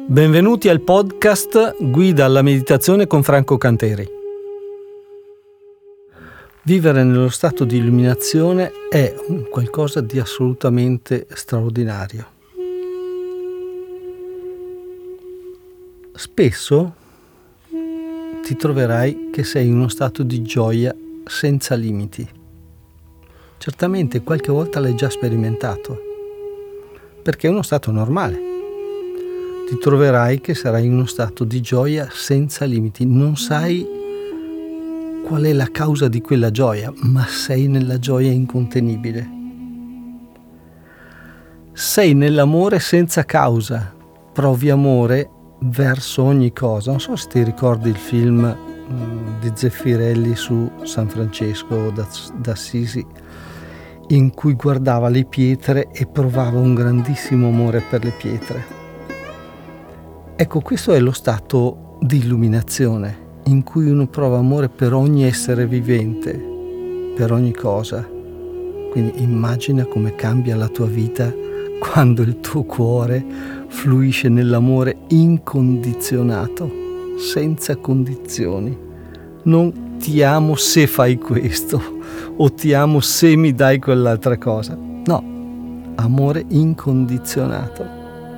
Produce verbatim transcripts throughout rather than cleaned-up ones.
Benvenuti al podcast Guida alla meditazione con Franco Canteri. Vivere nello stato di illuminazione è un qualcosa di assolutamente straordinario. Spesso ti troverai che sei in uno stato di gioia senza limiti. Certamente qualche volta l'hai già sperimentato, perché è uno stato normale. Ti troverai che sarai in uno stato di gioia senza limiti. Non sai qual è la causa di quella gioia, ma sei nella gioia incontenibile. Sei nell'amore senza causa. Provi amore verso ogni cosa. Non so se ti ricordi il film mh, di Zeffirelli su San Francesco d'Assisi, in cui guardava le pietre e provava un grandissimo amore per le pietre. Ecco, questo è lo stato di illuminazione, in cui uno prova amore per ogni essere vivente, per ogni cosa. Quindi immagina come cambia la tua vita quando il tuo cuore fluisce nell'amore incondizionato, senza condizioni. Non ti amo se fai questo, o ti amo se mi dai quell'altra cosa. No, amore incondizionato.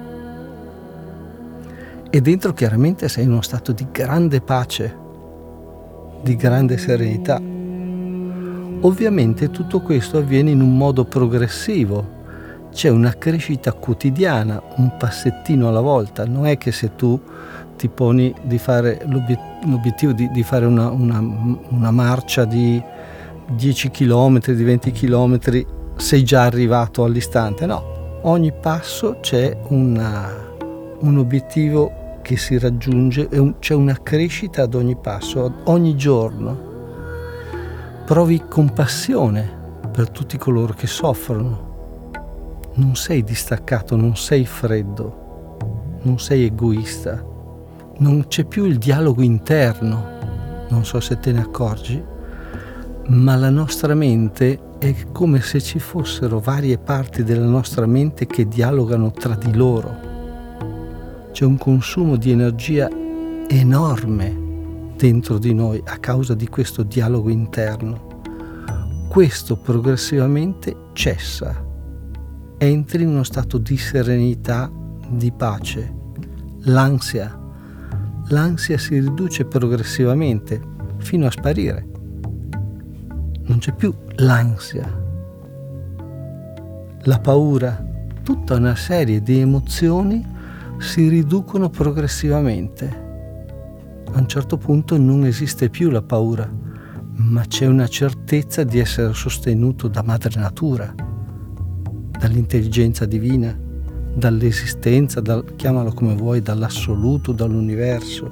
E dentro chiaramente sei in uno stato di grande pace, di grande serenità. Ovviamente tutto questo avviene in un modo progressivo. C'è una crescita quotidiana, un passettino alla volta. Non è che se tu ti poni di fare l'obiet- l'obiettivo di, di fare una, una, una marcia di dieci chilometri, di venti chilometri, sei già arrivato all'istante. No, ogni passo c'è una, un obiettivo che si raggiunge, c'è una crescita ad ogni passo, ogni giorno. Provi compassione per tutti coloro che soffrono. Non sei distaccato, non sei freddo, non sei egoista. Non c'è più il dialogo interno, non so se te ne accorgi, ma la nostra mente è come se ci fossero varie parti della nostra mente che dialogano tra di loro. C'è un consumo di energia enorme dentro di noi a causa di questo dialogo interno. Questo progressivamente cessa. Entri in uno stato di serenità, di pace. L'ansia. L'ansia si riduce progressivamente fino a sparire. Non c'è più l'ansia. La paura. Tutta una serie di emozioni si riducono progressivamente. A un certo punto non esiste più la paura, ma c'è una certezza di essere sostenuto da madre natura, dall'intelligenza divina, dall'esistenza, dal, chiamalo come vuoi, dall'assoluto, dall'universo.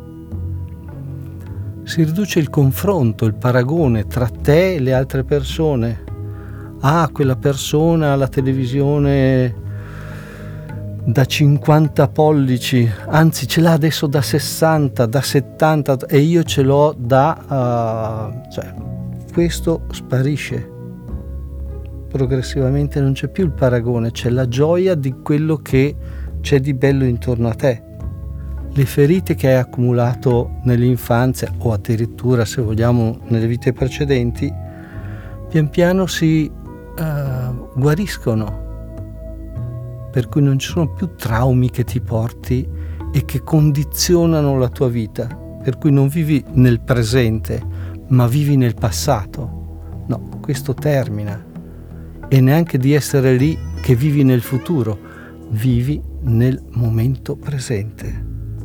Si riduce il confronto, il paragone tra te e le altre persone. Ah, quella persona alla televisione da cinquanta pollici, anzi ce l'ha adesso da sessanta, da settanta, e io ce l'ho da... Uh, cioè, questo sparisce. Progressivamente non c'è più il paragone, c'è la gioia di quello che c'è di bello intorno a te. Le ferite che hai accumulato nell'infanzia, o addirittura, se vogliamo, nelle vite precedenti, pian piano si uh, guariscono. Per cui non ci sono più traumi che ti porti e che condizionano la tua vita, per cui non vivi nel presente, ma vivi nel passato. No, questo termina. E neanche di essere lì che vivi nel futuro, vivi nel momento presente.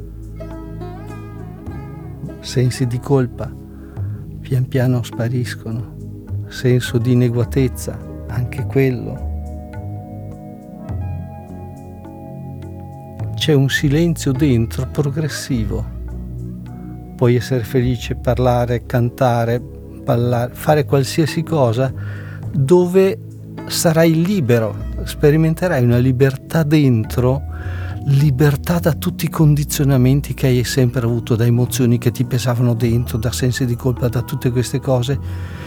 Sensi di colpa pian piano spariscono, senso di inadeguatezza, anche quello. C'è un silenzio dentro progressivo. Puoi essere felice, parlare, cantare, ballare, fare qualsiasi cosa dove sarai libero, sperimenterai una libertà dentro, libertà da tutti i condizionamenti che hai sempre avuto, da emozioni che ti pesavano dentro, da sensi di colpa, da tutte queste cose.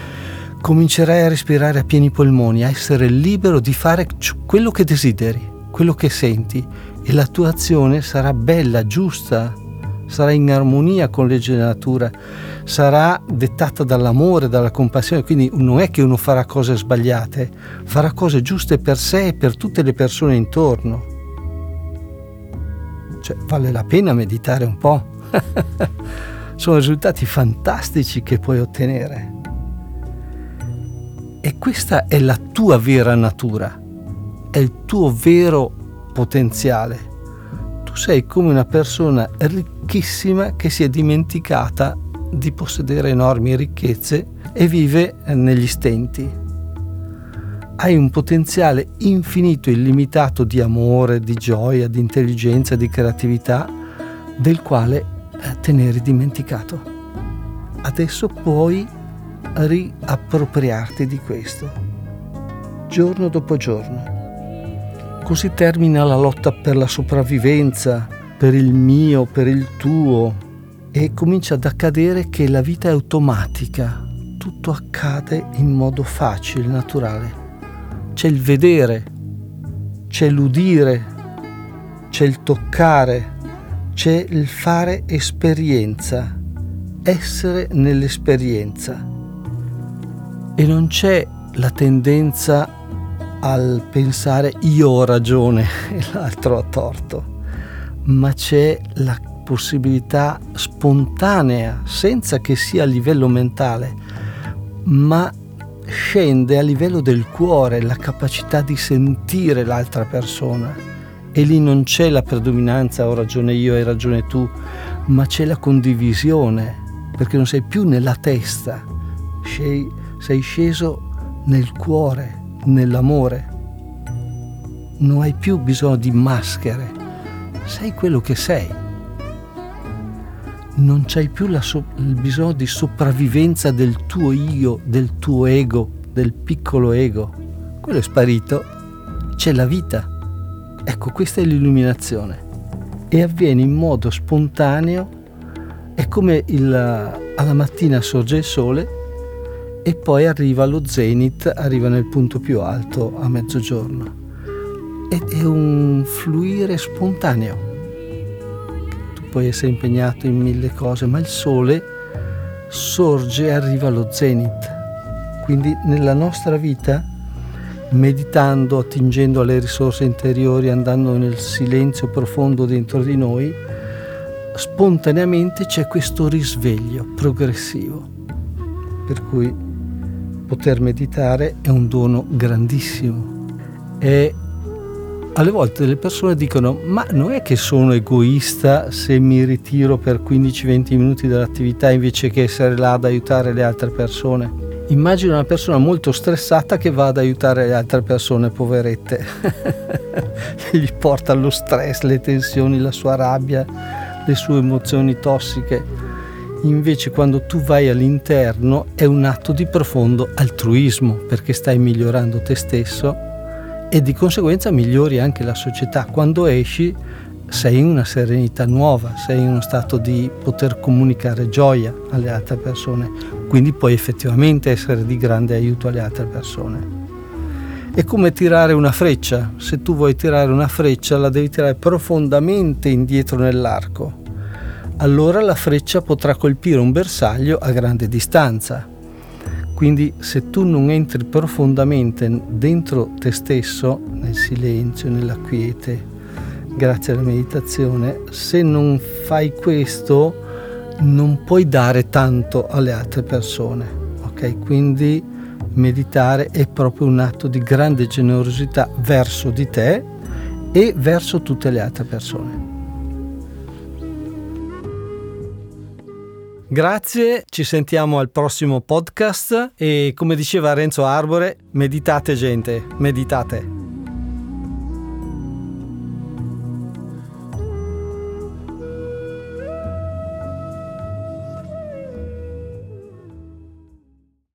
Comincerai a respirare a pieni polmoni, a essere libero di fare quello che desideri. quello che senti, e la tua azione sarà bella, giusta, sarà in armonia con le leggi della natura, sarà dettata dall'amore, dalla compassione. Quindi non è che uno farà cose sbagliate, farà cose giuste per sé e per tutte le persone intorno. Cioè, vale la pena meditare un po'. Sono risultati fantastici che puoi ottenere. E questa è la tua vera natura, è il tuo vero potenziale. Tu sei come una persona ricchissima che si è dimenticata di possedere enormi ricchezze e vive negli stenti. Hai un potenziale infinito, illimitato di amore, di gioia, di intelligenza, di creatività, del quale te ne eri dimenticato. Adesso puoi riappropriarti di questo, giorno dopo giorno. Così termina la lotta per la sopravvivenza, per il mio, per il tuo, e comincia ad accadere che la vita è automatica, tutto accade in modo facile, naturale. C'è il vedere, c'è l'udire, c'è il toccare, c'è il fare esperienza, essere nell'esperienza. E non c'è la tendenza al pensare io ho ragione e l'altro ha torto, ma c'è la possibilità spontanea, senza che sia a livello mentale, ma scende a livello del cuore, la capacità di sentire l'altra persona. E lì non c'è la predominanza, ho ragione io, hai ragione tu, ma c'è la condivisione, perché non sei più nella testa, sei, sei sceso nel cuore, nell'amore. Non hai più bisogno di maschere, sei quello che sei. Non c'hai più la so- il bisogno di sopravvivenza del tuo io, del tuo ego, del piccolo ego. Quello è sparito, c'è la vita. Ecco, questa è l'illuminazione e avviene in modo spontaneo. È come il, alla mattina sorge il sole e poi arriva lo zenith, arriva nel punto più alto a mezzogiorno. Ed è un fluire spontaneo. Tu puoi essere impegnato in mille cose, ma il sole sorge e arriva allo zenith. Quindi nella nostra vita, meditando, attingendo alle risorse interiori, andando nel silenzio profondo dentro di noi, spontaneamente c'è questo risveglio progressivo. Per cui poter meditare è un dono grandissimo. E alle volte le persone dicono: ma non è che sono egoista se mi ritiro per quindici venti minuti dall'attività invece che essere là ad aiutare le altre persone? Immagina una persona molto stressata che va ad aiutare le altre persone poverette. Gli porta lo stress, le tensioni, la sua rabbia, le sue emozioni tossiche. Invece quando tu vai all'interno è un atto di profondo altruismo, perché stai migliorando te stesso e di conseguenza migliori anche la società. Quando esci sei in una serenità nuova, sei in uno stato di poter comunicare gioia alle altre persone, quindi puoi effettivamente essere di grande aiuto alle altre persone. È come tirare una freccia. Se tu vuoi tirare una freccia la devi tirare profondamente indietro nell'arco, allora la freccia potrà colpire un bersaglio a grande distanza. Quindi se tu non entri profondamente dentro te stesso, nel silenzio, nella quiete, grazie alla meditazione, se non fai questo non puoi dare tanto alle altre persone, ok? Quindi meditare è proprio un atto di grande generosità verso di te e verso tutte le altre persone. Grazie, ci sentiamo al prossimo podcast e come diceva Renzo Arbore, meditate gente, meditate.